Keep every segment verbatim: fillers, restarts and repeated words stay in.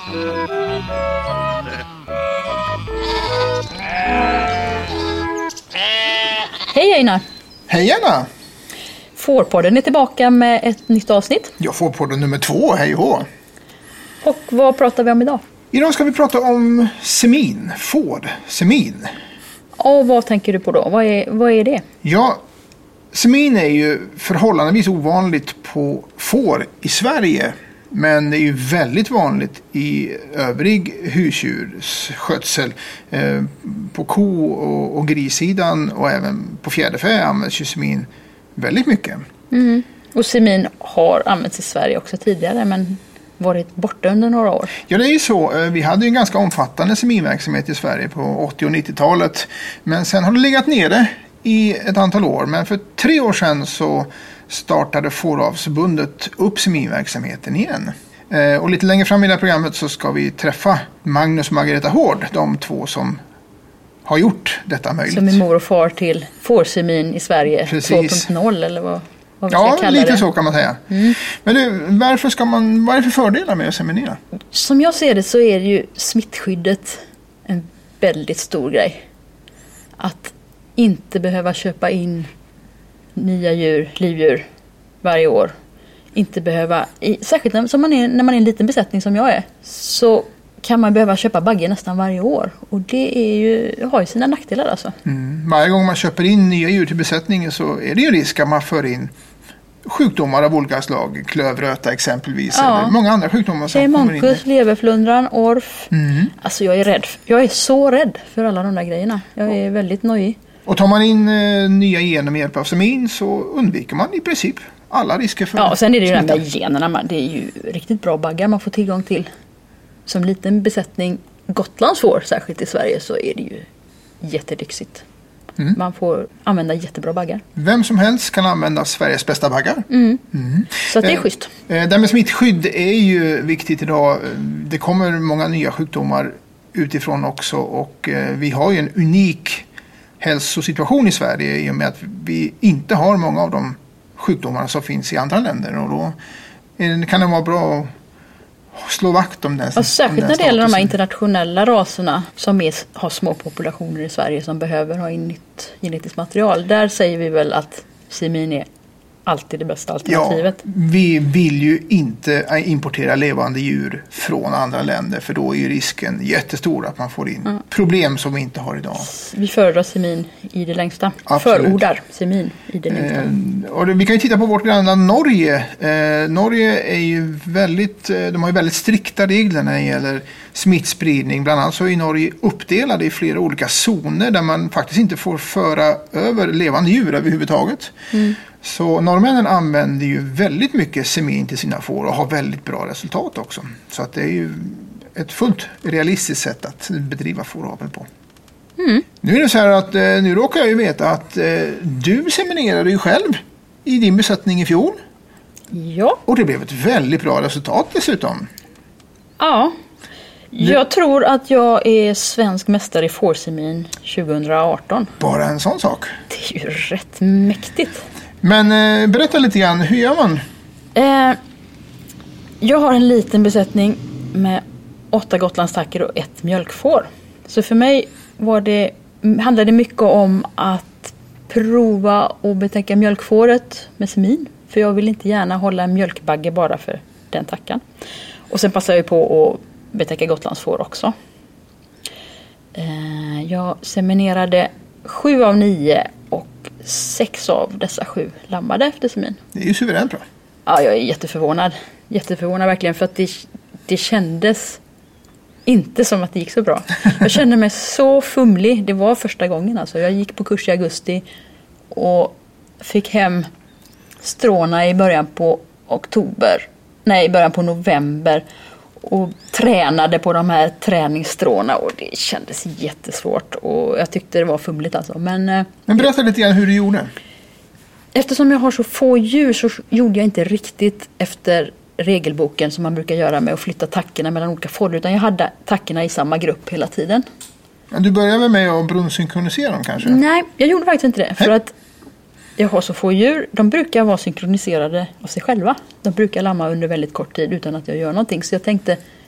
Hej Einar! Hej Anna! Fårpodden är tillbaka med ett nytt avsnitt. Jag får podden nummer två, hej hå! Och vad pratar vi om idag? Idag ska vi prata om semin, får, semin. Och vad tänker du på då? Vad är, vad är det? Ja, semin är ju förhållandevis ovanligt på får i Sverige. Men det är ju väldigt vanligt i övrig husdjursskötsel. Eh, på ko- och, och grissidan och även på fjäderfä används ju semin väldigt mycket. Mm. Och semin har använts i Sverige också tidigare men varit borta under några år. Ja, det är ju så. Vi hade ju en ganska omfattande seminverksamhet i Sverige på åttio- och nittiotalet. Men sen har det legat nere i ett antal år. Men för tre år sedan så startade Fåravsförbundet upp seminverksamheten igen. Och lite längre fram i det här programmet så ska vi träffa Magnus och Margareta Hård, de två som har gjort detta möjligt. Som är mor och far till fårsemin i Sverige. Precis. två punkt noll eller vad, vad vi ska ja, kalla det. Ja, lite så kan man säga. Mm. Men du, varför ska man, vad är det för fördelar med att seminera? Som jag ser det så är det ju smittskyddet en väldigt stor grej. Att inte behöva köpa in nya djur, livdjur varje år. Inte behöva, särskilt när, som man är, när man är en liten besättning som jag är, så kan man behöva köpa baggar nästan varje år. Och det är ju, har ju sina nackdelar alltså. Mm. Varje gång man köper in nya djur till besättningen så är det ju risk att man för in sjukdomar av olika slag. Klövröta exempelvis. Ja. Eller många andra sjukdomar som kommer in. Monkus, leverflundran, orf. Mm. Alltså jag är rädd. Jag är så rädd för alla de där grejerna. Jag är väldigt nöjd. Och tar man in eh, nya gener med hjälp av semin så undviker man i princip alla risker för ja, och sen är det ju smitta. det med generna. Det är ju riktigt bra baggar man får tillgång till. Som liten besättning Gotlands får, särskilt i Sverige, så är det ju jättelyxigt. Mm. Man får använda jättebra baggar. Vem som helst kan använda Sveriges bästa baggar. Mm. Mm. Så att det är eh, schysst. Eh, det med smittskydd är ju viktigt idag. Det kommer många nya sjukdomar utifrån också. Och eh, vi har ju en unik hälsosituation i Sverige i och med att vi inte har många av de sjukdomarna som finns i andra länder. Och då kan det vara bra att slå vakt om den. Och särskilt när det gäller de här internationella raserna som är, har små populationer i Sverige som behöver ha in nytt genetiskt material. Där säger vi väl att semin är alltid det bästa alternativet. Ja, vi vill ju inte importera levande djur från andra länder för då är ju risken jättestor att man får in mm. problem som vi inte har idag. Vi föredrar semin i det längsta. Absolut. Förordar semin i det längsta. Eh, och det, vi kan ju titta på vårt grannland Norge. Eh, Norge är ju väldigt, de har ju väldigt strikta regler när det gäller smittspridning. Bland annat så är Norge uppdelade i flera olika zoner där man faktiskt inte får föra över levande djur överhuvudtaget. Mm. Så norrmännen använder ju väldigt mycket semin till sina får och har väldigt bra resultat också. Så att det är ju ett fullt realistiskt sätt att bedriva fåravel på. Mm. Nu är det så här att nu råkar jag ju veta att du seminerade ju själv i din besättning i fjol. Ja. Och det blev ett väldigt bra resultat dessutom. Ja. Jag tror att jag är svensk mästare i fårsemin tjugoarton. Bara en sån sak. Det är ju rätt mäktigt. Men eh, berätta lite grann, hur gör man? Eh, jag har en liten besättning med åtta gotlandstackor och ett mjölkfår. Så för mig var det, handlade det mycket om att prova och betäcka mjölkfåret med semin. För jag vill inte gärna hålla en mjölkbagge bara för den tackan. Och sen passar jag på att betäcka gotlandsfår också. Eh, jag seminerade sju av nio och sex av dessa sju lammade efter semin. Det är ju suveränt bra. Ja, jag är jätteförvånad. Jätteförvånad verkligen för att det, det kändes inte som att det gick så bra. Jag kände mig så fumlig. Det var första gången alltså. Jag gick på kurs i augusti och fick hem stråna i början på oktober. Nej, i början på november. Och tränade på de här träningsstråna och det kändes jättesvårt och jag tyckte det var fumligt alltså. Men, Men berätta lite grann hur du gjorde. Eftersom jag har så få djur så gjorde jag inte riktigt efter regelboken som man brukar göra med att flytta tackorna mellan olika får, utan jag hade tackorna i samma grupp hela tiden. Men du började med att brunsynkronisera dem kanske? Nej, jag gjorde faktiskt inte det. För att jag har så få djur. De brukar vara synkroniserade av sig själva. De brukar lamma under väldigt kort tid utan att jag gör någonting. Så jag tänkte,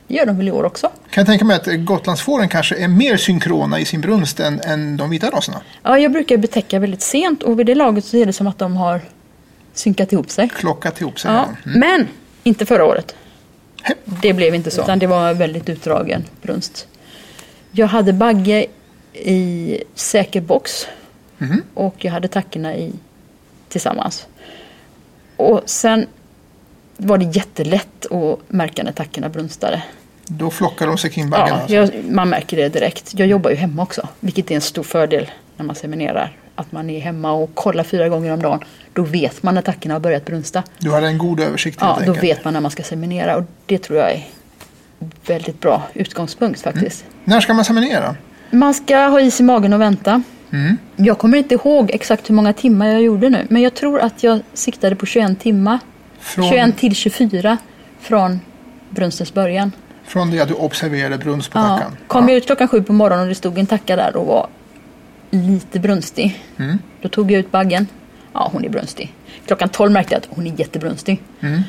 Det gör de väl i år också. Kan jag tänka mig att Gotlandsfåren kanske är mer synkrona i sin brunst än, än de vita raserna? Ja, jag brukar betäcka väldigt sent och vid det laget så är det som att de har synkat ihop sig. Klockat ihop sig, ja. ja. Mm. Men inte förra året. He. Det blev inte så, utan det var väldigt utdragen brunst. Jag hade bagge i säker box mm. och jag hade tackorna i tillsammans. Och sen var det jättelätt att märka när tackorna brunstade. Då flockar de sig kring baggen? Ja, alltså. jag, man märker det direkt. Jag jobbar ju hemma också, vilket är en stor fördel när man seminerar. Att man är hemma och kollar fyra gånger om dagen. Då vet man när tackorna har börjat brunsta. Du har en god översikt. Ja, då vet man när man ska seminera. Och det tror jag är väldigt bra utgångspunkt faktiskt. Mm. När ska man seminera? Man ska ha is i magen och vänta. Mm. Jag kommer inte ihåg exakt hur många timmar jag gjorde nu. Men jag tror att jag siktade på tjugoen timmar. Från... tjugoen till tjugofyra från brunstens början. Från det att du observerade brunst på ja. tackan? Kom ja. jag ut klockan sju på morgonen och det stod en tacka där och var lite brunstig. Mm. Då tog jag ut baggen. Ja, hon är brunstig. Klockan tolv märkte jag att hon är jättebrunstig. Mm.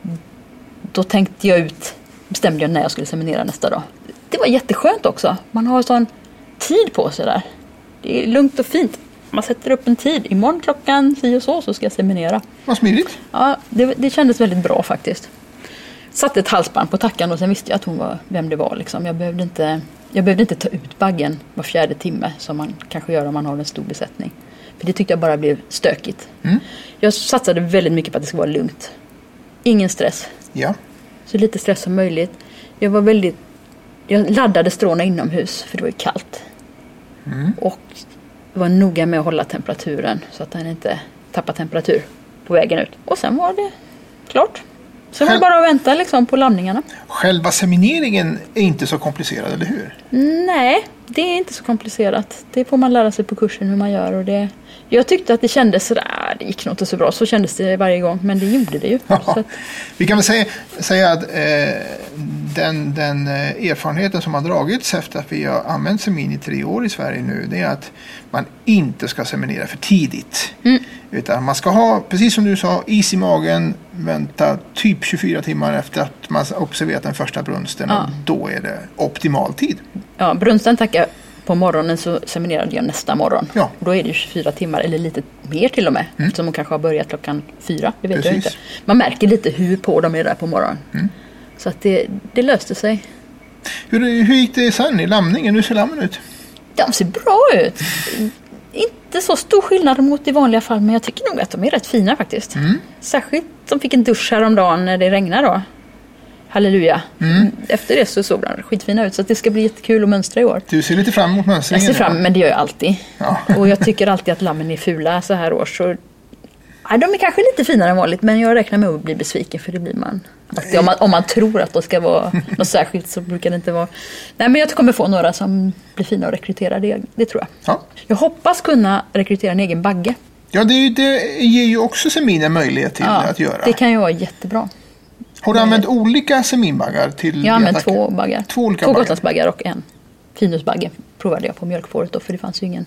Då tänkte jag ut, bestämde jag när jag skulle seminera nästa dag. Det var jätteskönt också. Man har sån tid på sig där. Det är lugnt och fint. Man sätter upp en tid. Imorgon klockan tio och så, så ska jag seminera. Vad smidigt. Ja, det, det kändes väldigt bra faktiskt. Satte ett halsband på tackan och sen visste jag att hon var vem det var. Liksom. Jag, behövde inte, jag behövde inte ta ut baggen var fjärde timme som man kanske gör om man har en stor besättning. För det tyckte jag bara blev stökigt. Mm. Jag satsade väldigt mycket på att det skulle vara lugnt. Ingen stress. Ja. Så lite stress som möjligt. Jag var väldigt... Jag laddade stråna inomhus för det var ju kallt. Mm. Och var noga med att hålla temperaturen så att den inte tappar temperatur på vägen ut. Och sen var det klart. Så var det bara att vänta liksom på landningarna. Själva semineringen är inte så komplicerad, eller hur? Nej, det är inte så komplicerat. Det får man lära sig på kursen hur man gör. Och det... Jag tyckte att det kändes sådär, det gick nog inte så bra. Så kändes det varje gång, men det gjorde det ju. Ja, så att... Vi kan väl säga, säga att eh, den, den erfarenheten som har dragits efter att vi har använt semin i tre år i Sverige nu, det är att man inte ska seminera för tidigt. Mm. Utan man ska ha, precis som du sa, is i magen, vänta typ tjugofyra timmar efter att man har observerat den första brunsten. Ja. Och då är det optimal tid. Ja, brunsten tackar på morgonen så seminerade jag nästa morgon. Ja. Och då är det tjugofyra timmar eller lite mer till och med. Mm. Eftersom man kanske har börjat klockan fyra, det vet precis. Jag inte. Man märker lite hur på de är där på morgonen. Mm. Så att det, det löste sig. Hur, hur gick det sen i lamningen? Hur ser lammen ut? De ser bra ut. Inte så stor skillnad mot i vanliga fall, men jag tycker nog att de är rätt fina faktiskt. Mm. Särskilt de fick en dusch häromdagen när det regnade då. Halleluja. Mm. Efter det så såg de skitfina ut, så att det ska bli jättekul att mönstra i år. Du ser lite fram emot mönstringen. Jag ser fram, men det gör jag alltid. Ja. Och jag tycker alltid att lammen är fula så här år. Så... Ja, de är kanske lite finare än vanligt, men jag räknar med att bli besviken, för det blir man. Alltid, om, man om man tror att det ska vara något särskilt så brukar det inte vara. Nej, men jag kommer få några som blir fina att rekrytera, det, det tror jag. Ja. Jag hoppas kunna rekrytera en egen bagge. Ja, det, det ger ju också seminen möjlighet till ja, att göra. Det kan ju vara jättebra. Har du använt olika seminbaggar till? Jag har använt två baggar. Två olika Två Gotlandsbaggar och en finhusbagge provade jag på mjölkfåret då, för det fanns ju ingen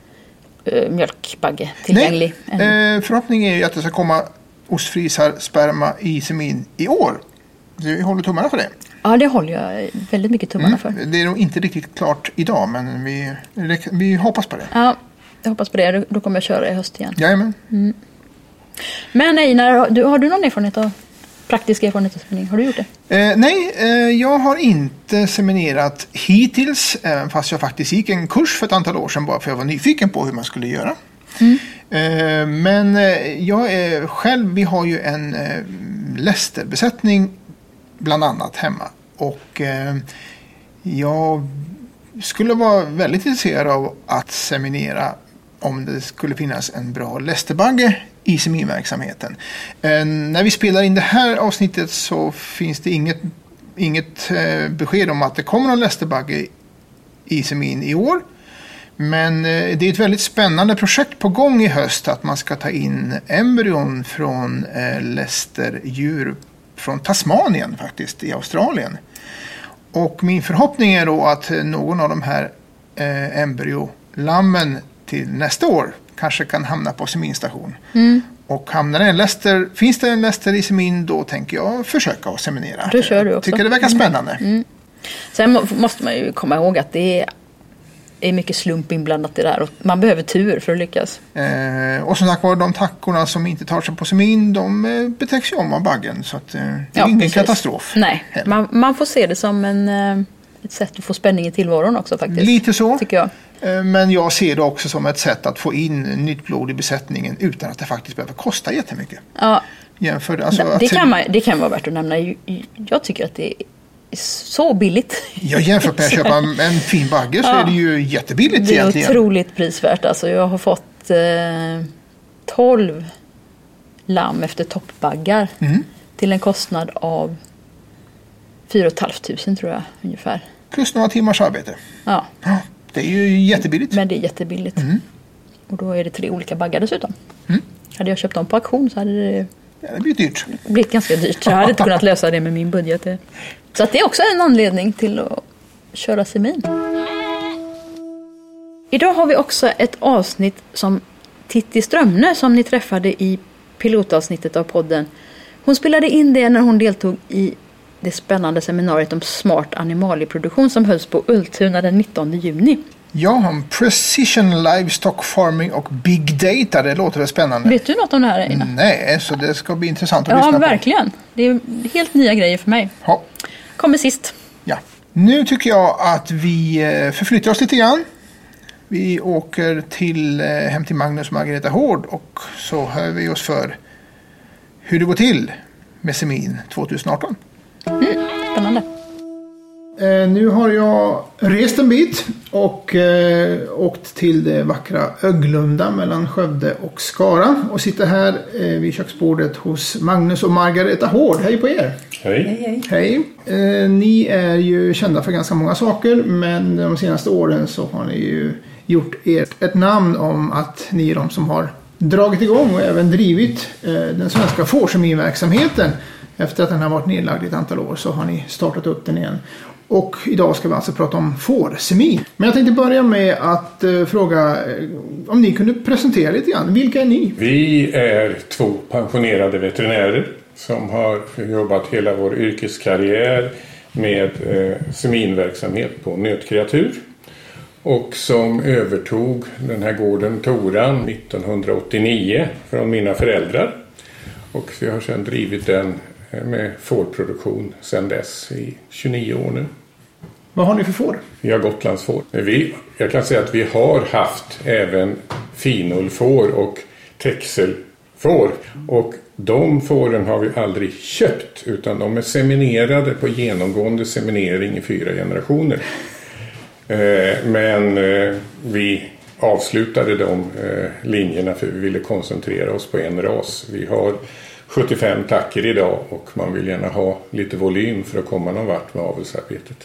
uh, mjölkbagge tillgänglig. Nej, eh, förhoppningen är ju att det ska komma ostfrisar sperma i semin i år. Du håller tummarna för det? Ja, det håller jag väldigt mycket tummarna mm. för. Det är nog inte riktigt klart idag, men vi, vi hoppas på det. Ja, jag hoppas på det. Då kommer jag köra i höst igen. Jajamän. Mm. Men nej, när, du, har du någon erfarenhet av praktisk erfarenhet av seminering? Har du gjort det? Eh, nej, eh, jag har inte seminerat hittills, även fast jag faktiskt gick en kurs för ett antal år sedan bara för att jag var nyfiken på hur man skulle göra. Mm. Eh, men eh, jag är själv, vi har ju en eh, lästerbesättning bland annat hemma. Och eh, jag skulle vara väldigt intresserad av att seminera om det skulle finnas en bra lästerbagge i seminverksamheten. Eh, när vi spelar in det här avsnittet så finns det inget, inget eh, besked om att det kommer någon lästerbagge i semin i år. Men eh, det är ett väldigt spännande projekt på gång i höst att man ska ta in embryon från eh, lästerdjur från Tasmanien faktiskt, i Australien. Och min förhoppning är då att någon av de här eh, embryolammen till nästa år kanske kan hamna på seminstation. Mm. Och hamnar en läster, finns det en läster i semin, då tänker jag försöka att seminera. Det kör du också. Tycker det verkar spännande. Mm. Mm. Sen måste man ju komma ihåg att det är mycket slump inblandat i det här. Och man behöver tur för att lyckas. Eh, och som sagt var, de tackorna som inte tar sig på semin, de eh, betäcks ju om av baggen. Så att, eh, det är ja, ingen precis. Katastrof. Nej, man, man får se det som en, eh, ett sätt att få spänning i tillvaron också faktiskt. Lite så. Tycker jag. Eh, men jag ser det också som ett sätt att få in nytt blod i besättningen utan att det faktiskt behöver kosta jättemycket. Ja. Jämför, alltså, det, kan man, det kan vara värt att nämna. Jag tycker att det är så billigt. Ja, jämfört med att köpa en fin bagge så ja. Är det ju jättebilligt det är egentligen. Otroligt prisvärt. Alltså, jag har fått eh, tolv lamm efter toppbaggar mm. till en kostnad av fyra och ett halvt tusen tror jag ungefär. Plus några timmars arbete. Ja. ja. Det är ju jättebilligt. Men det är jättebilligt. Mm. Och då är det tre olika baggar dessutom. Mm. Hade jag köpt dem på auktion så hade det, ja, det blivit dyrt. blivit ganska dyrt. Jag hade inte kunnat lösa det med min budget. Så att det är också en anledning till att köra semin. Idag har vi också ett avsnitt som Titti Strömne som ni träffade i pilotavsnittet av podden. Hon spelade in det när hon deltog i det spännande seminariet om smart animalieproduktion som hölls på Ultuna den nittonde juni. Ja, om Precision Livestock Farming och Big Data, det låter spännande. Vet du något om det här, Ina? Nej, så det ska bli intressant att ja, lyssna på. Ja, verkligen. Det är helt nya grejer för mig. Ja. Kommer sist. Ja. Nu tycker jag att vi förflyttar oss lite grann. Vi åker till, hem till Magnus och Margareta Hård och så hör vi oss för hur det går till med semin tjugoarton. Mm, spännande. Eh, nu har jag rest en bit och eh, åkt till det vackra Öglunda mellan Skövde och Skara och sitter här eh, vid köksbordet hos Magnus och Margareta Hård. Hej på er! Hej! Hej, hej. Eh, ni är ju kända för ganska många saker, men de senaste åren så har ni ju gjort ert ett namn om att ni är de som har dragit igång och även drivit eh, den svenska fårseminverksamheten. Efter att den har varit nedlagd i ett antal år så har ni startat upp den igen. Och idag ska vi alltså prata om fårsemin. Men jag tänkte börja med att eh, fråga eh, om ni kunde presentera lite grann. Vilka är ni? Vi är två pensionerade veterinärer som har jobbat hela vår yrkeskarriär med eh, seminverksamhet på nötkreatur. Och som övertog den här gården Toran nittonhundraåttionio från mina föräldrar. Och vi har sedan drivit den med fårproduktion sedan dess i tjugonio år nu. Vad har ni för får? Vi har Gotlandsfår. Vi, jag kan säga att vi har haft även finullfår och texelfår. Och de fåren har vi aldrig köpt utan de är seminerade på genomgående seminering i fyra generationer. Men vi avslutade de linjerna för vi ville koncentrera oss på en ras. Vi har sjuttiofem tacker idag och man vill gärna ha lite volym för att komma någon vart med avelsarbetet.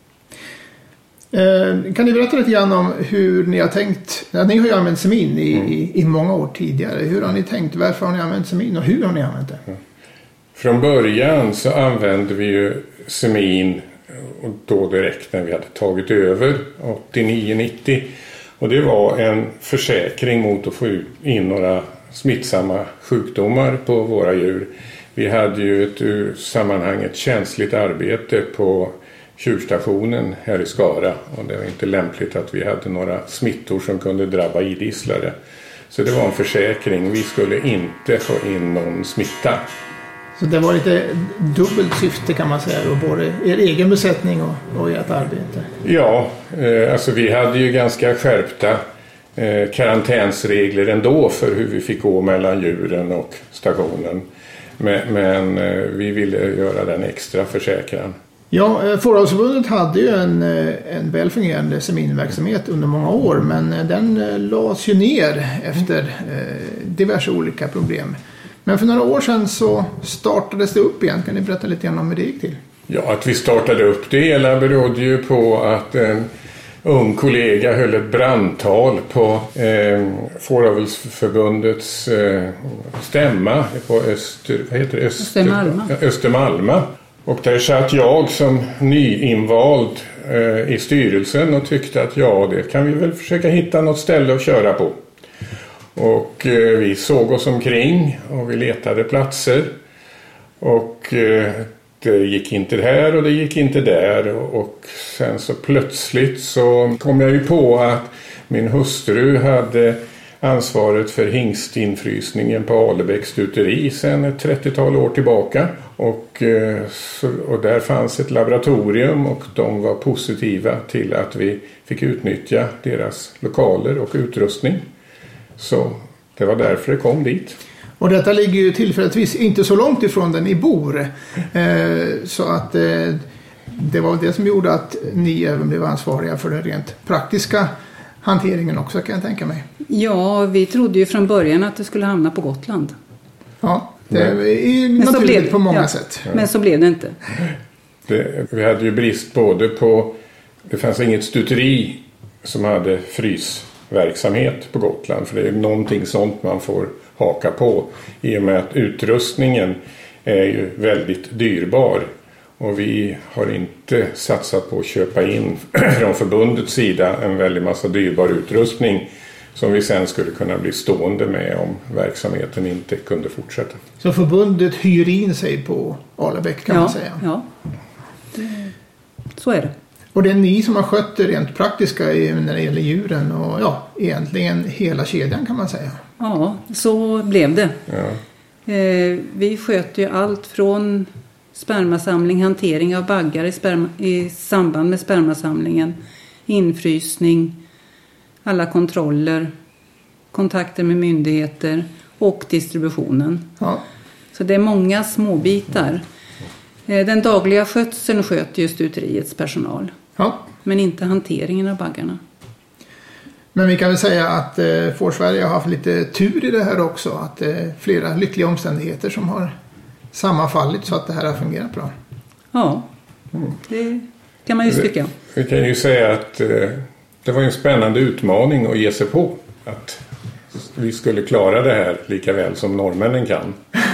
Eh, kan ni berätta lite grann om hur ni har tänkt? Ja, ni har ju använt semin i, mm. i, i många år tidigare. Hur har ni tänkt? Varför har ni använt semin och hur har ni använt det? Mm. Från början så använde vi ju semin och då direkt när vi hade tagit över åttionio nittio. Och det var en försäkring mot att få in några smittsamma sjukdomar på våra djur. Vi hade ju ett ur sammanhanget känsligt arbete på tjurstationen här i Skara och det var inte lämpligt att vi hade några smittor som kunde drabba idisslare. Så det var en försäkring, vi skulle inte få in någon smitta. Så det var lite dubbelt syfte kan man säga, då, både er egen besättning och, och ert arbete? Ja, eh, alltså vi hade ju ganska skärpta eh, karantänsregler ändå för hur vi fick gå mellan djuren och stationen. Men, men eh, vi ville göra den extra försäkran. Ja, Fåravelsförbundet hade ju en, en välfungerande seminverksamhet under många år, men den lades ju ner efter diverse olika problem. Men för några år sedan så startades det upp igen. Kan ni berätta lite grann om hur det gick till? Ja, att vi startade upp det hela berodde ju på att en ung kollega höll ett brandtal på eh, Fåravelsförbundets eh, stämma på Öster, vad heter det? Öster, Östermalma. Östermalma. Och där satt jag som nyinvald eh, i styrelsen och tyckte att ja, det kan vi väl försöka hitta något ställe att köra på. Och eh, vi såg oss omkring och vi letade platser. Och eh, det gick inte här och det gick inte där. Och sen så plötsligt så kom jag ju på att min hustru hade ansvaret för hingstinfrysningen på Alebäcks stuteri sedan ett trettiotal år tillbaka. Och, eh, så, och där fanns ett laboratorium och de var positiva till att vi fick utnyttja deras lokaler och utrustning. Så det var därför det kom dit. Och detta ligger ju tillfälligtvis inte så långt ifrån den i Bor. Eh, så att eh, det var det som gjorde att ni även blev ansvariga för den rent praktiska hanteringen också, kan jag tänka mig. Ja, vi trodde ju från början att det skulle hamna på Gotland. Ja, det är men naturligt det, på många ja, sätt. Men så blev det inte. Det, vi hade ju brist både på, det fanns inget stuteri som hade frysverksamhet på Gotland. För det är någonting sånt man får haka på. I och med att utrustningen är ju väldigt dyrbar. Och vi har inte satsat på att köpa in från förbundets sida en väldigt massa dyrbar utrustning som vi sen skulle kunna bli stående med om verksamheten inte kunde fortsätta. Så förbundet hyr in sig på Alebäck, kan ja, man säga? Ja, det, så är det. Och det är ni som har skött det rent praktiska när det gäller djuren och ja, egentligen hela kedjan, kan man säga. Ja, så blev det. Ja. Eh, vi sköter ju allt från spermasamling, hantering av baggar i, sperma, i samband med spermasamlingen, infrysning, alla kontroller, kontakter med myndigheter och distributionen. Ja. Så det är många småbitar. Den dagliga skötseln sköter ju stuteriets personal. Ja. Men inte hanteringen av baggarna. Men vi kan väl säga att eh, Får Sverige har haft lite tur i det här också. Att det eh, är flera lyckliga omständigheter som har sammanfallit så att det här har fungerat bra. Ja, det kan man ju tycka. Vi kan ju säga att eh, det var en spännande utmaning att ge sig på. Att vi skulle klara det här lika väl som norrmännen kan.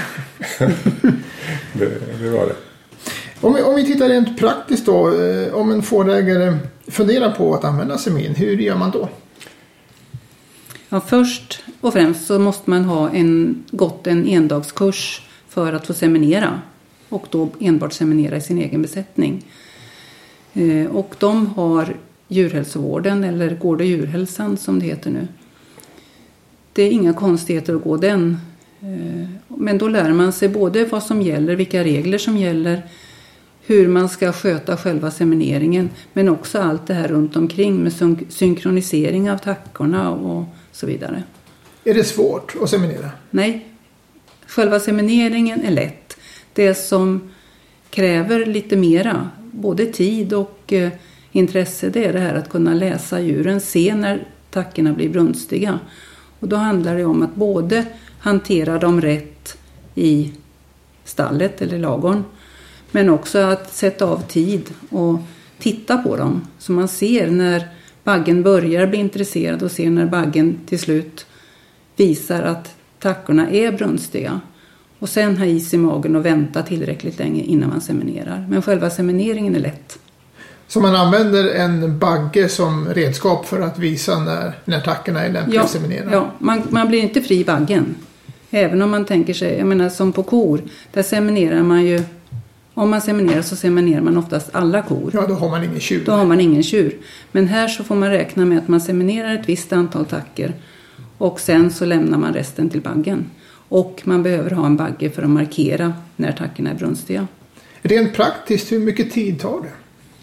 det, det var det. Om vi, om vi tittar rent praktiskt då. Eh, om en fårägare funderar på att använda semin, hur gör man då? Ja, först och främst så måste man ha en, gått en endagskurs för att få seminera. Och då enbart seminera i sin egen besättning. Eh, och de har djurhälsovården eller gård- och djurhälsan som det heter nu. Det är inga konstigheter att gå den. Eh, men då lär man sig både vad som gäller, vilka regler som gäller, hur man ska sköta själva semineringen, men också allt det här runt omkring med syn- synkronisering av tackorna och så vidare. Är det svårt att seminera? Nej, själva semineringen är lätt. Det som kräver lite mera, både tid och eh, intresse, det är det här att kunna läsa djuren, se när tackorna blir brunstiga. Och då handlar det om att både hantera dem rätt i stallet eller lagorn, men också att sätta av tid och titta på dem. Så man ser när baggen börjar bli intresserad och ser när baggen till slut visar att tackorna är brunstiga. Och sen ha is i magen och vänta tillräckligt länge innan man seminerar. Men själva semineringen är lätt. Så man använder en bagge som redskap för att visa när, när tackorna är lämpliga ja, att seminera? Ja, man, man blir inte fri i baggen. Även om man tänker sig, jag menar som på kor, där seminerar man ju, om man seminerar så seminerar man oftast alla kor. Ja, då har man ingen tjur. Då har man ingen tjur. Men här så får man räkna med att man seminerar ett visst antal tackor och sen så lämnar man resten till baggen. Och man behöver ha en bagge för att markera när tackorna är brunstiga. Rent praktiskt, hur mycket tid tar det?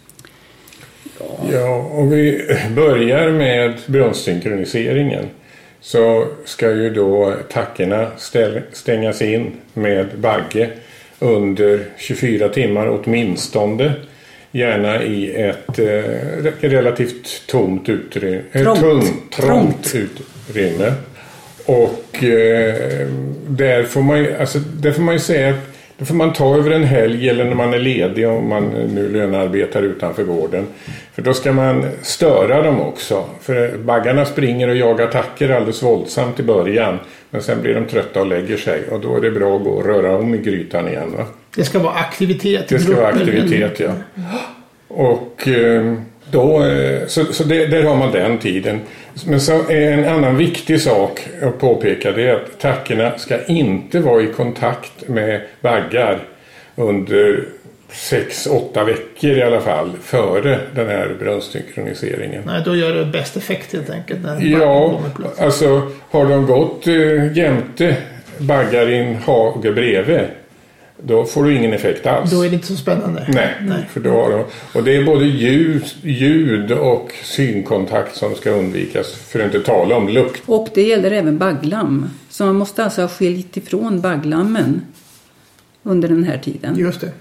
Ja, om vi börjar med brunstsynkroniseringen så ska ju då tackorna stängas in med bagge under tjugofyra timmar åtminstone. Gärna i ett eh, relativt tomt utrymme. Trångt. Trångt, trångt utrymme. Och eh, där, får man ju, alltså, där får man ju säga att då får man ta över en helg eller när man är ledig om man nu lönearbetar utanför gården. För då ska man störa dem också. För baggarna springer och jagar tackor alldeles våldsamt i början. Men sen blir de trötta och lägger sig. Och då är det bra att gå och röra om i grytan igen, va? Det ska vara aktivitet. Det ska vara aktivitet, ja. Och eh, Då, så så det, där har man den tiden. Men så är en annan viktig sak att påpeka, det är att tackorna ska inte vara i kontakt med baggar under sex, åtta veckor i alla fall före den här brunstsynkroniseringen. Nej, då gör det bäst effekt helt enkelt. När ja, alltså har de gått äh, jämte baggar i en hage bredvid, då får du ingen effekt alls. Då är det inte så spännande. Nej, Nej. För då har de, och det är både ljud, ljud och synkontakt som ska undvikas, för att inte tala om lukt. Och det gäller även bagglam. Så man måste alltså ha skilt ifrån bagglammen under den här tiden. Just det.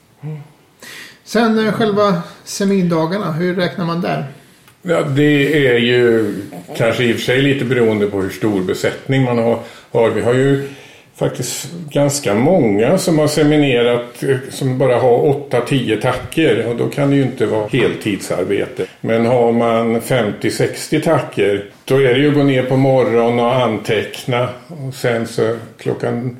Sen själva semindagarna, hur räknar man där? Ja, det är ju kanske i och för sig lite beroende på hur stor besättning man har. har. Vi har ju faktiskt ganska många som har seminerat som bara har åtta tio tacker, och då kan det ju inte vara heltidsarbete. Men har man femtio sextio tacker, då är det ju att gå ner på morgon och anteckna, och sen så klockan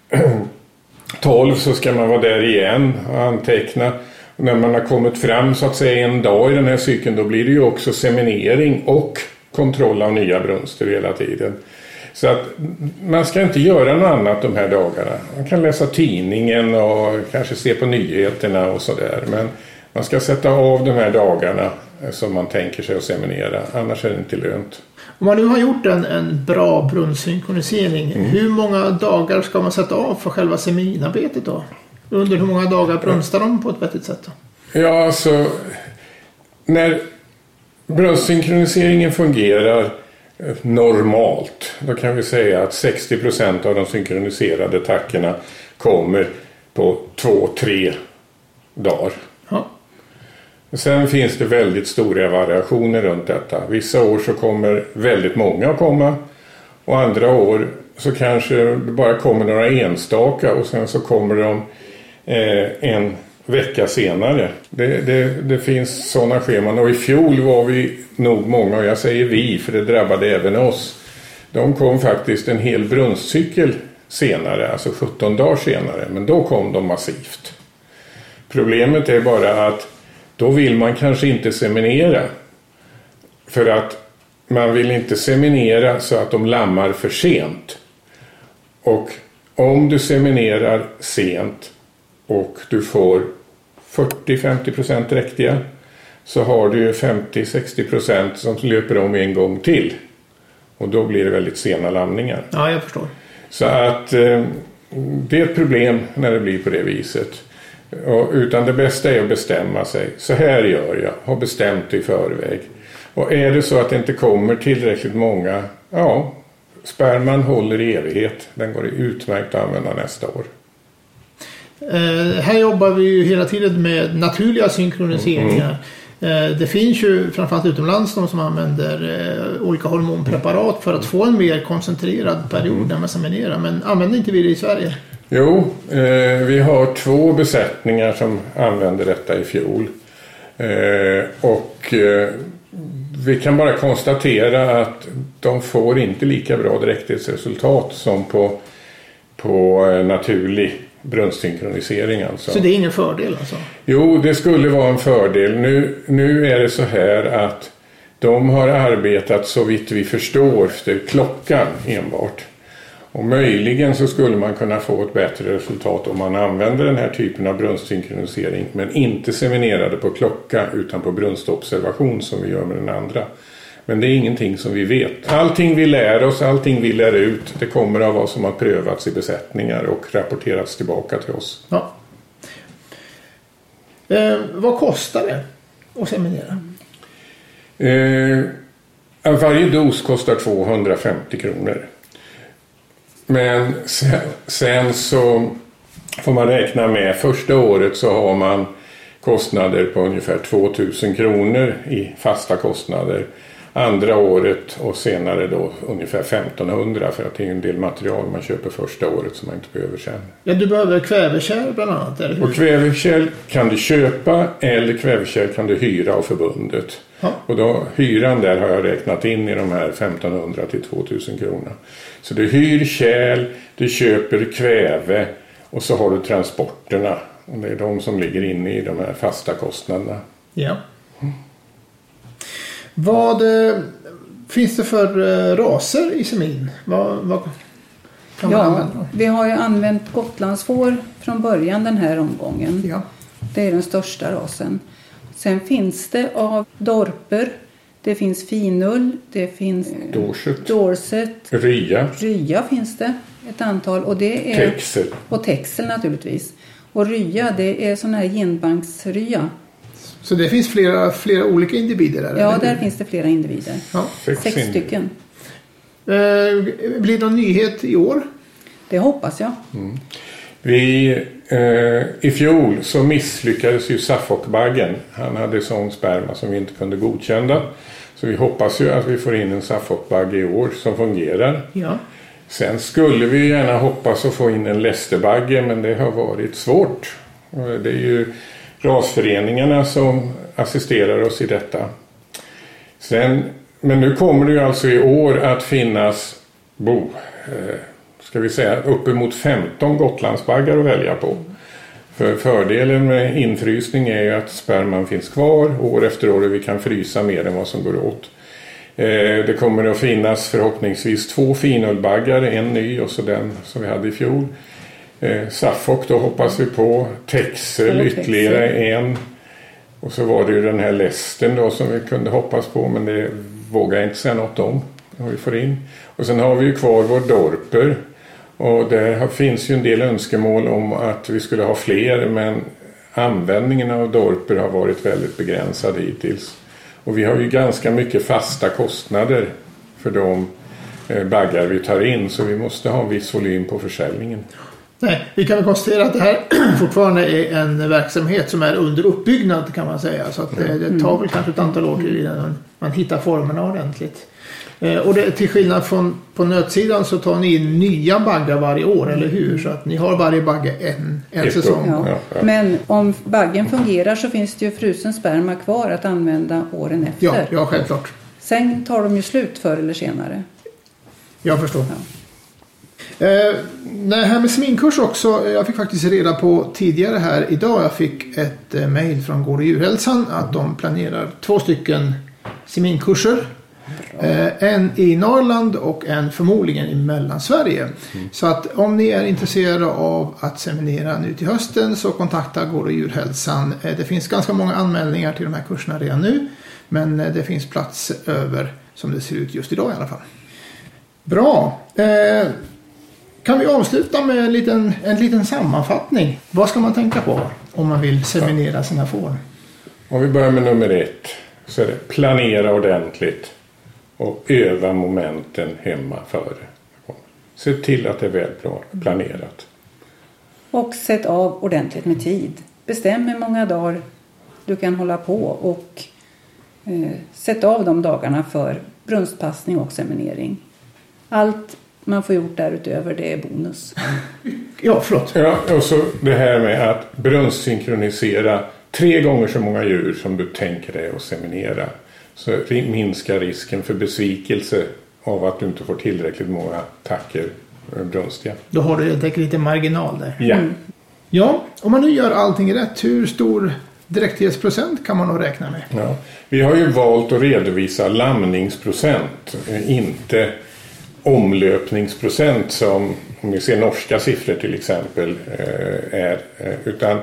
tolv så ska man vara där igen och anteckna. Och när man har kommit fram så att säga en dag i den här cykeln, då blir det ju också seminering och kontroll av nya brunster hela tiden. Så att man ska inte göra något annat de här dagarna. Man kan läsa tidningen och kanske se på nyheterna och sådär. Men man ska sätta av de här dagarna som man tänker sig att seminera. Annars är det inte lönt. Om man nu har gjort en, en bra brunstsynkronisering, mm. hur många dagar ska man sätta av för själva seminarbetet då? Under hur många dagar brunstar de på ett vettigt sätt då? Ja, alltså när brunstsynkroniseringen fungerar normalt, då kan vi säga att sextio procent av de synkroniserade tackorna kommer på två tre dagar. Ja. Sen finns det väldigt stora variationer runt detta. Vissa år så kommer väldigt många att komma, och andra år så kanske det bara kommer några enstaka, och sen så kommer de eh, en vecka senare. Det, det, det finns sådana scheman, och i fjol var vi nog många, och jag säger vi för det drabbade även oss. De kom faktiskt en hel brunstcykel senare, alltså sjutton dagar senare, men då kom de massivt. Problemet är bara att då vill man kanske inte seminera, för att man vill inte seminera så att de lammar för sent. Och om du seminerar sent och du får fyrtio till femtio procent dräktiga, så har du ju femtio till sextio procent som löper om en gång till. Och då blir det väldigt sena lamningar. Ja, jag förstår. Så att eh, det är ett problem när det blir på det viset. Och, utan det bästa är att bestämma sig. Så här gör jag. Har bestämt i förväg. Och är det så att det inte kommer tillräckligt många, ja, sperman håller i evighet. Den går utmärkt att använda nästa år. Eh, här jobbar vi ju hela tiden med naturliga synkroniseringar. Mm. Eh, det finns ju framförallt utomlands de som använder eh, olika hormonpreparat för att få en mer koncentrerad period mm. när man seminerar. Men använder inte vi det i Sverige? Jo, eh, vi har två besättningar som använder detta i fjol. Eh, och eh, vi kan bara konstatera att de får inte lika bra dräktighetsresultat som på, på eh, naturlig brunstsynkronisering. Alltså. Så det är ingen fördel alltså? Jo, det skulle vara en fördel. Nu, nu är det så här att de har arbetat så vitt vi förstår efter klockan enbart. Och möjligen så skulle man kunna få ett bättre resultat om man använder den här typen av brunstsynkronisering, men inte seminerade på klocka utan på brunstobservation som vi gör med den andra. Men det är ingenting som vi vet. Allting vi lär oss, allting vi lär ut, det kommer av vad som har prövats i besättningar och rapporterats tillbaka till oss. Ja. Eh, vad kostar det att seminera? Eh, varje dos kostar tvåhundrafemtio kronor. Men sen, sen så får man räkna med första året så har man kostnader på ungefär tvåtusen kronor i fasta kostnader. Andra året och senare då ungefär femtonhundra, för att det är en del material man köper första året som man inte behöver sen. Ja, du behöver kvävekärl bland annat, eller hur? Och kvävekärl kan du köpa eller kvävekärl kan du hyra av förbundet. Ja. Och då hyran där har jag räknat in i de här femtonhundra till tvåtusen kronor. Så du hyr kärl, du köper kväve och så har du transporterna. Och det är de som ligger inne i de här fasta kostnaderna. Ja. Vad eh, finns det för eh, raser i semin? Vad, vad kan man Ja, använda? vi har ju använt gotlandsfår från början den här omgången. Ja. Det är den största rasen. Sen finns det av dorper, det finns finull, det finns Dorset. dorset, Rya. rya finns det ett antal. Och det är, Texel. och texel naturligtvis. Och rya, det är sån här genbanksrya. Så det finns flera, flera olika individer där? Ja, eller där hur? finns det flera individer. Ja. Sex Sex individer. stycken. Eh, blir det någon nyhet i år? Det hoppas jag. Vi, eh, I fjol så misslyckades ju Suffolk-baggen. Han hade sån sperma som vi inte kunde godkänna. Så vi hoppas ju att vi får in en Suffolk-bagge i år som fungerar. Ja. Sen skulle vi gärna hoppas att få in en Leicesterbagge, men det har varit svårt. Det är ju rasföreningarna som assisterar oss i detta. Sen, men nu kommer det ju alltså i år att finnas bo, eh, ska vi säga, uppemot femton Gotlandsbaggar att välja på. För fördelen med infrysning är ju att sperman finns kvar år efter år och vi kan frysa mer än vad som går åt. Det kommer att finnas förhoppningsvis två finullbaggar, en ny och så den som vi hade i fjol. Suffolk då hoppas vi på, Texel ytterligare en. Och så var det ju den här lästen då som vi kunde hoppas på, men det vågar jag inte säga något om när vi får in. Och sen har vi ju kvar vår dorper. Och där finns ju en del önskemål om att vi skulle ha fler, men användningen av dorper har varit väldigt begränsad hittills. Och vi har ju ganska mycket fasta kostnader för de baggar vi tar in, så vi måste ha en viss volym på försäljningen. Nej, vi kan väl konstatera att det här fortfarande är en verksamhet som är under uppbyggnad, kan man säga. Så att det, det tar väl kanske ett antal år till innan man hittar formerna ordentligt. Och det, till skillnad från på nötsidan så tar ni in nya baggar varje år, eller hur? Så att ni har varje bagge en, en säsong. Ja. Ja, ja. Men om baggen fungerar så finns det ju frusen sperma kvar att använda åren efter. Ja, ja, självklart. Sen tar de ju slut förr eller senare. Jag förstår. Ja. Eh, det här med seminkurs också, jag fick faktiskt reda på tidigare här idag, jag fick ett eh, mejl från Gård- och djurhälsan att de planerar två stycken seminkurser. Eh, en i Norrland och en förmodligen i Mellansverige. Mm. Så att om ni är intresserade av att seminera nu till hösten så kontakta Gård- och djurhälsan. Eh, det finns ganska många anmälningar till de här kurserna redan nu, men eh, det finns plats över som det ser ut just idag i alla fall. Bra. Eh, kan vi avsluta med en liten, en liten sammanfattning? Vad ska man tänka på om man vill seminera sina får? Om vi börjar med nummer ett så är det planera ordentligt och öva momenten hemma före. Se till att det är väl planerat. Och sätt av ordentligt med tid. Bestäm hur många dagar du kan hålla på och eh, sätt av de dagarna för brunstpassning och seminering. Allt man får gjort därutöver, det är bonus. Ja, förlåt. Ja, och så det här med att brunstsynkronisera tre gånger så många djur som du tänker dig att seminera. Så minskar risken för besvikelse av att du inte får tillräckligt många tacker brunstiga. Då har du helt enkelt lite marginal där. Ja. Mm. Ja, om man nu gör allting rätt, hur stor dräktighetsprocent kan man nog räkna med? Ja. Vi har ju valt att redovisa lamningsprocent, inte omlöpningsprocent som, om vi ser norska siffror till exempel, är. Utan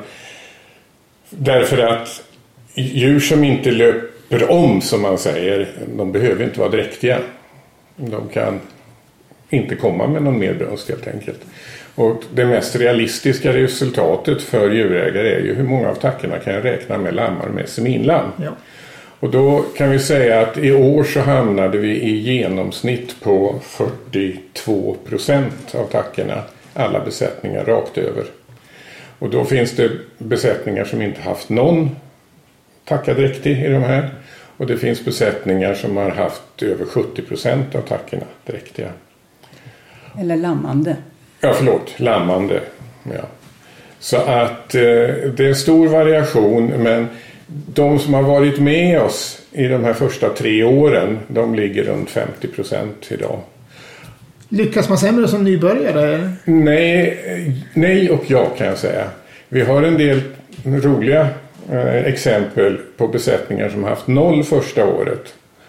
därför att djur som inte löper om, som man säger, de behöver inte vara dräktiga. De kan inte komma med någon mer brunst helt enkelt. Och det mest realistiska resultatet för djurägare är ju hur många av tackorna kan jag räkna med lammar med seminlamm. Ja. Och då kan vi säga att i år så hamnade vi i genomsnitt på fyrtiotvå procent av tackorna, alla besättningar rakt över. Och då finns det besättningar som inte haft någon tackadräktig i de här. Och det finns besättningar som har haft över sjuttio procent av tackorna dräktiga. Eller lammande. Ja, förlåt, lammande. Ja. Så att eh, det är stor variation, men de som har varit med oss i de här första tre åren, de ligger runt femtio procent idag. Lyckas man sämre som nybörjare? Nej, nej och ja kan jag säga. Vi har en del roliga eh, exempel på besättningar som har haft noll första året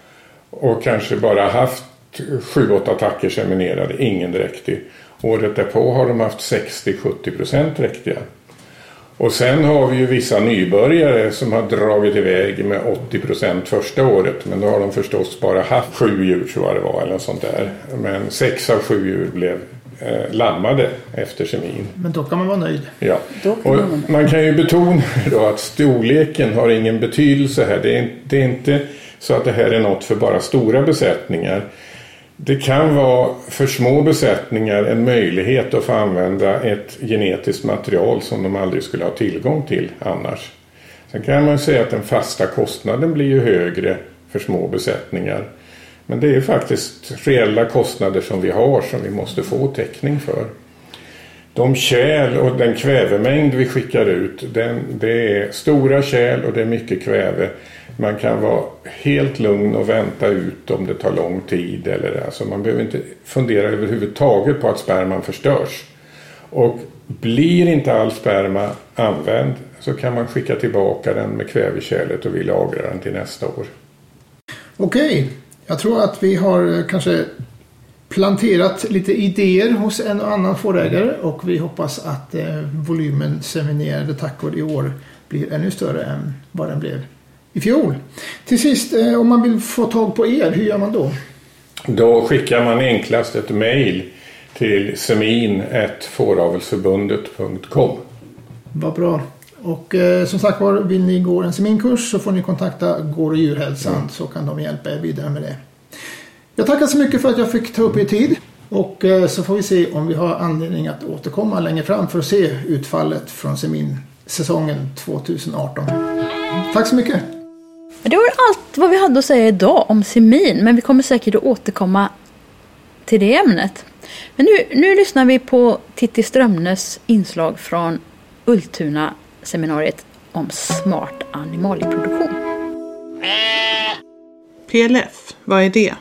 och kanske bara haft sju åtta attacker seminerade, ingen dräktig. Året därpå har de haft sextio till sjuttio procent dräktiga. Och sen har vi ju vissa nybörjare som har dragit iväg med åttio procent första året. Men då har de förstås bara haft sju djur, tror jag det var, eller något sånt där. Men sex av sju djur blev eh, lammade efter semin. Men då kan man vara nöjd. Ja, och man, man kan ju betona då att storleken har ingen betydelse här. Det är, det är inte så att det här är något för bara stora besättningar. Det kan vara för små besättningar en möjlighet att få använda ett genetiskt material som de aldrig skulle ha tillgång till annars. Sen kan man säga att den fasta kostnaden blir ju högre för små besättningar. Men det är ju faktiskt reella kostnader som vi har som vi måste få täckning för. De kärl och den kvävemängd vi skickar ut, den, det är stora kärl och det är mycket kväve. Man kan vara helt lugn och vänta ut om det tar lång tid. Eller, alltså man behöver inte fundera överhuvudtaget på att sperman förstörs. Och blir inte all sperma använd så kan man skicka tillbaka den med kvävekärlet och vi lagrar den till nästa år. Okej, jag tror att vi har kanske planterat lite idéer hos en och annan fårägare. Och vi hoppas att eh, volymen seminerade tackor i år blir ännu större än vad den blev i fjol. Till sist, om man vill få tag på er, hur gör man då? Då skickar man enklast ett mejl till semin at fåravelsförbundet punkt com. Vad bra. Och eh, som sagt var, vill ni gå en seminkurs så får ni kontakta Gård- och djurhälsan mm. så kan de hjälpa er vidare med det. Jag tackar så mycket för att jag fick ta upp er tid. Och eh, så får vi se om vi har anledning att återkomma längre fram för att se utfallet från seminsäsongen tjugo arton. Tack så mycket! Det var allt vad vi hade att säga idag om semin, men vi kommer säkert att återkomma till det ämnet. Men nu, nu lyssnar vi på Titti Strömnes inslag från Ultuna-seminariet om smart animalieproduktion. P L F, vad är det?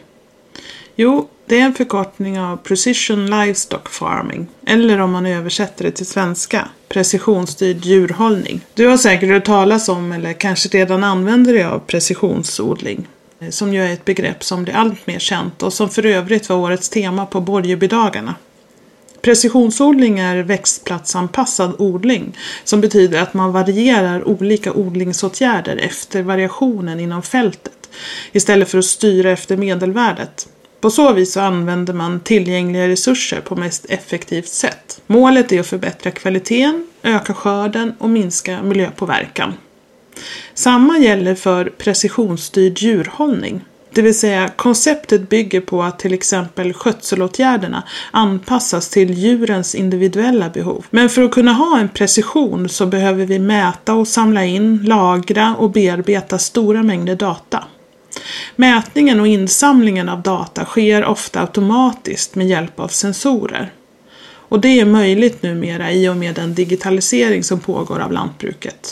Jo, det är en förkortning av Precision Livestock Farming, eller om man översätter det till svenska, precisionsstyrd djurhållning. Du har säkert hört talas om eller kanske redan använder dig av precisionsodling, som ju är ett begrepp som blir allt mer känt och som för övrigt var årets tema på Borgebydagarna. Precisionsodling är växtplatsanpassad odling, som betyder att man varierar olika odlingsåtgärder efter variationen inom fältet, istället för att styra efter medelvärdet. På så vis så använder man tillgängliga resurser på mest effektivt sätt. Målet är att förbättra kvaliteten, öka skörden och minska miljöpåverkan. Samma gäller för precisionsstyrd djurhållning. Det vill säga konceptet bygger på att till exempel skötselåtgärderna anpassas till djurens individuella behov. Men för att kunna ha en precision så behöver vi mäta och samla in, lagra och bearbeta stora mängder data. Mätningen och insamlingen av data sker ofta automatiskt med hjälp av sensorer. Och det är möjligt numera i och med den digitalisering som pågår av lantbruket.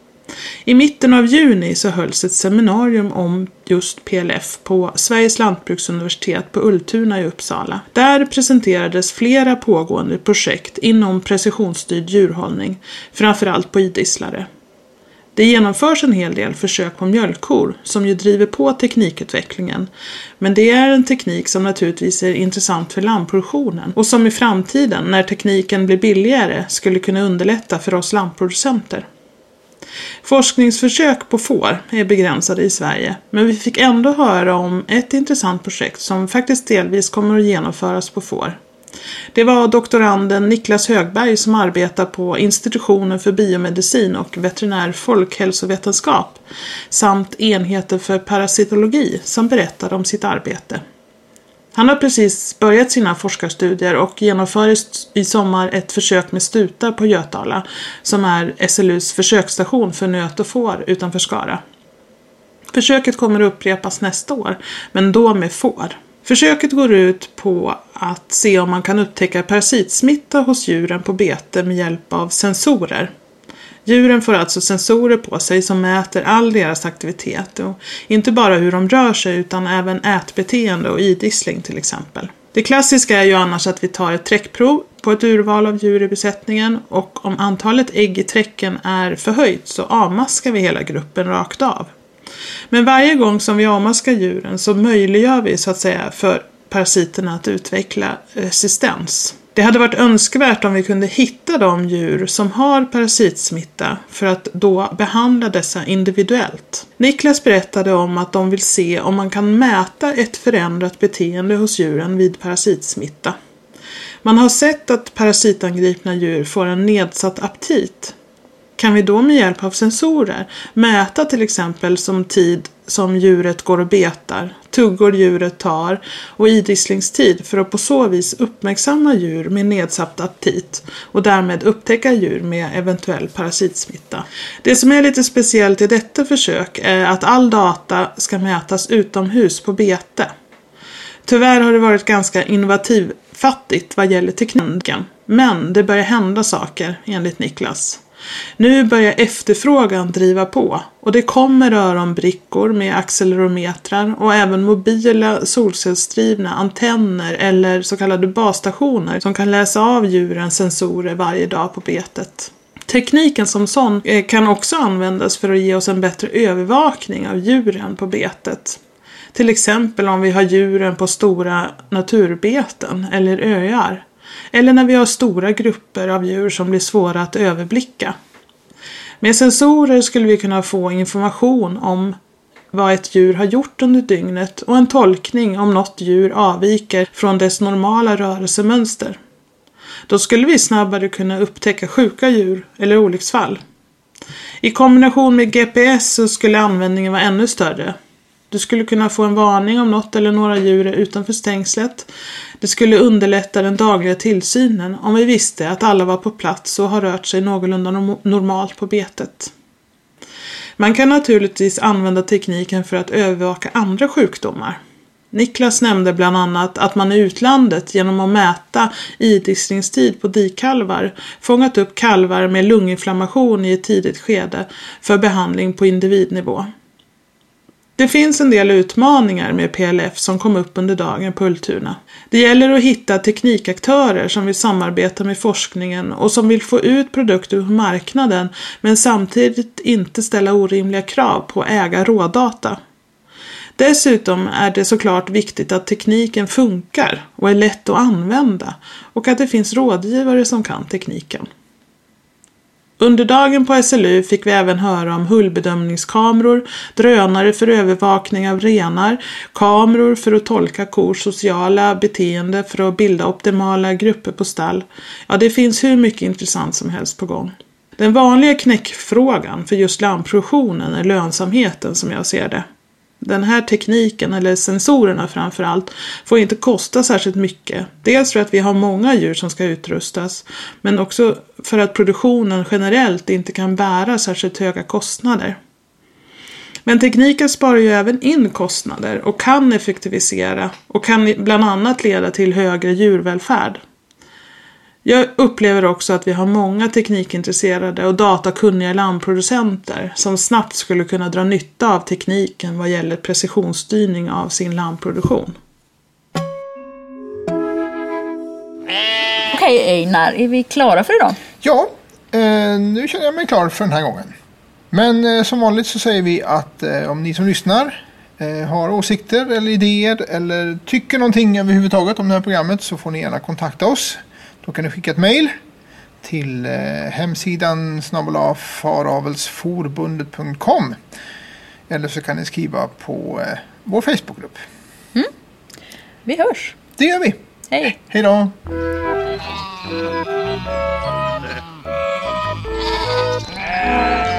I mitten av juni så hölls ett seminarium om just P L F på Sveriges lantbruksuniversitet på Ultuna i Uppsala. Där presenterades flera pågående projekt inom precisionsstyrd djurhållning, framförallt på idisslare. Det genomförs en hel del försök på mjölkkor som ju driver på teknikutvecklingen. Men det är en teknik som naturligtvis är intressant för lammproduktionen och som i framtiden, när tekniken blir billigare, skulle kunna underlätta för oss lampproducenter. Forskningsförsök på får är begränsade i Sverige, men vi fick ändå höra om ett intressant projekt som faktiskt delvis kommer att genomföras på får. Det var doktoranden Niklas Högberg som arbetar på Institutionen för biomedicin och veterinär folkhälsovetenskap samt enheten för parasitologi som berättade om sitt arbete. Han har precis börjat sina forskarstudier och genomför i sommar ett försök med stutar på Götala som är S L U:s försöksstation för nöt och får utanför Skara. Försöket kommer att upprepas nästa år, men då med får. Försöket går ut på att se om man kan upptäcka parasitsmitta hos djuren på bete med hjälp av sensorer. Djuren får alltså sensorer på sig som mäter all deras aktivitet och inte bara hur de rör sig utan även ätbeteende och idissling till exempel. Det klassiska är ju annars att vi tar ett träckprov på ett urval av djur i besättningen och om antalet ägg i träcken är förhöjt så avmaskar vi hela gruppen rakt av. Men varje gång som vi avmaskar djuren så möjliggör vi så att säga för parasiterna att utveckla resistens. Det hade varit önskvärt om vi kunde hitta de djur som har parasitsmitta för att då behandla dessa individuellt. Niklas berättade om att de vill se om man kan mäta ett förändrat beteende hos djuren vid parasitsmitta. Man har sett att parasitangripna djur får en nedsatt aptit. Kan vi då med hjälp av sensorer mäta till exempel som tid som djuret går och betar, tuggor djuret tar och idisslingstid för att på så vis uppmärksamma djur med nedsatt aptit och därmed upptäcka djur med eventuell parasitsmitta. Det som är lite speciellt i detta försök är att all data ska mätas utomhus på bete. Tyvärr har det varit ganska innovativfattigt vad gäller tekniken, men det börjar hända saker enligt Niklas. Nu börjar efterfrågan driva på och det kommer öronbrickor med accelerometrar och även mobila solcellsdrivna antenner eller så kallade basstationer som kan läsa av djurens sensorer varje dag på betet. Tekniken som sån kan också användas för att ge oss en bättre övervakning av djuren på betet. Till exempel om vi har djuren på stora naturbeten eller öar. Eller när vi har stora grupper av djur som blir svåra att överblicka. Med sensorer skulle vi kunna få information om vad ett djur har gjort under dygnet och en tolkning om något djur avviker från dess normala rörelsemönster. Då skulle vi snabbare kunna upptäcka sjuka djur eller olycksfall. I kombination med G P S så skulle användningen vara ännu större. Du skulle kunna få en varning om något eller några djur är utanför stängslet. Det skulle underlätta den dagliga tillsynen om vi visste att alla var på plats och har rört sig någorlunda normalt på betet. Man kan naturligtvis använda tekniken för att övervaka andra sjukdomar. Niklas nämnde bland annat att man i utlandet genom att mäta idisslingstid på dikalvar fångat upp kalvar med lunginflammation i ett tidigt skede för behandling på individnivå. Det finns en del utmaningar med P L F som kom upp under dagen på Ultuna. Det gäller att hitta teknikaktörer som vill samarbeta med forskningen och som vill få ut produkter på marknaden men samtidigt inte ställa orimliga krav på att äga rådata. Dessutom är det såklart viktigt att tekniken funkar och är lätt att använda och att det finns rådgivare som kan tekniken. Under dagen på S L U fick vi även höra om hullbedömningskameror, drönare för övervakning av renar, kameror för att tolka kors sociala beteende för att bilda optimala grupper på stall. Ja, det finns hur mycket intressant som helst på gång. Den vanliga knäckfrågan för just lammproduktionen är lönsamheten som jag ser det. Den här tekniken, eller sensorerna framförallt, får inte kosta särskilt mycket. Dels för att vi har många djur som ska utrustas, men också för att produktionen generellt inte kan bära särskilt höga kostnader. Men tekniken sparar ju även in kostnader och kan effektivisera och kan bland annat leda till högre djurvälfärd. Jag upplever också att vi har många teknikintresserade och datakunniga lammproducenter som snabbt skulle kunna dra nytta av tekniken vad gäller precisionsstyrning av sin lammproduktion. Okej Einar, är vi klara för idag? Ja, eh, nu känner jag mig klar för den här gången. Men eh, som vanligt så säger vi att eh, om ni som lyssnar eh, har åsikter eller idéer eller tycker någonting överhuvudtaget om det här programmet så får ni gärna kontakta oss. Då kan ni skicka ett mejl till eh, hemsidan snabel-a faravelsforbundet punkt com eller så kan ni skriva på eh, vår Facebookgrupp. Mm. Vi hörs. Det gör vi. Hej. Hej då. Yeah.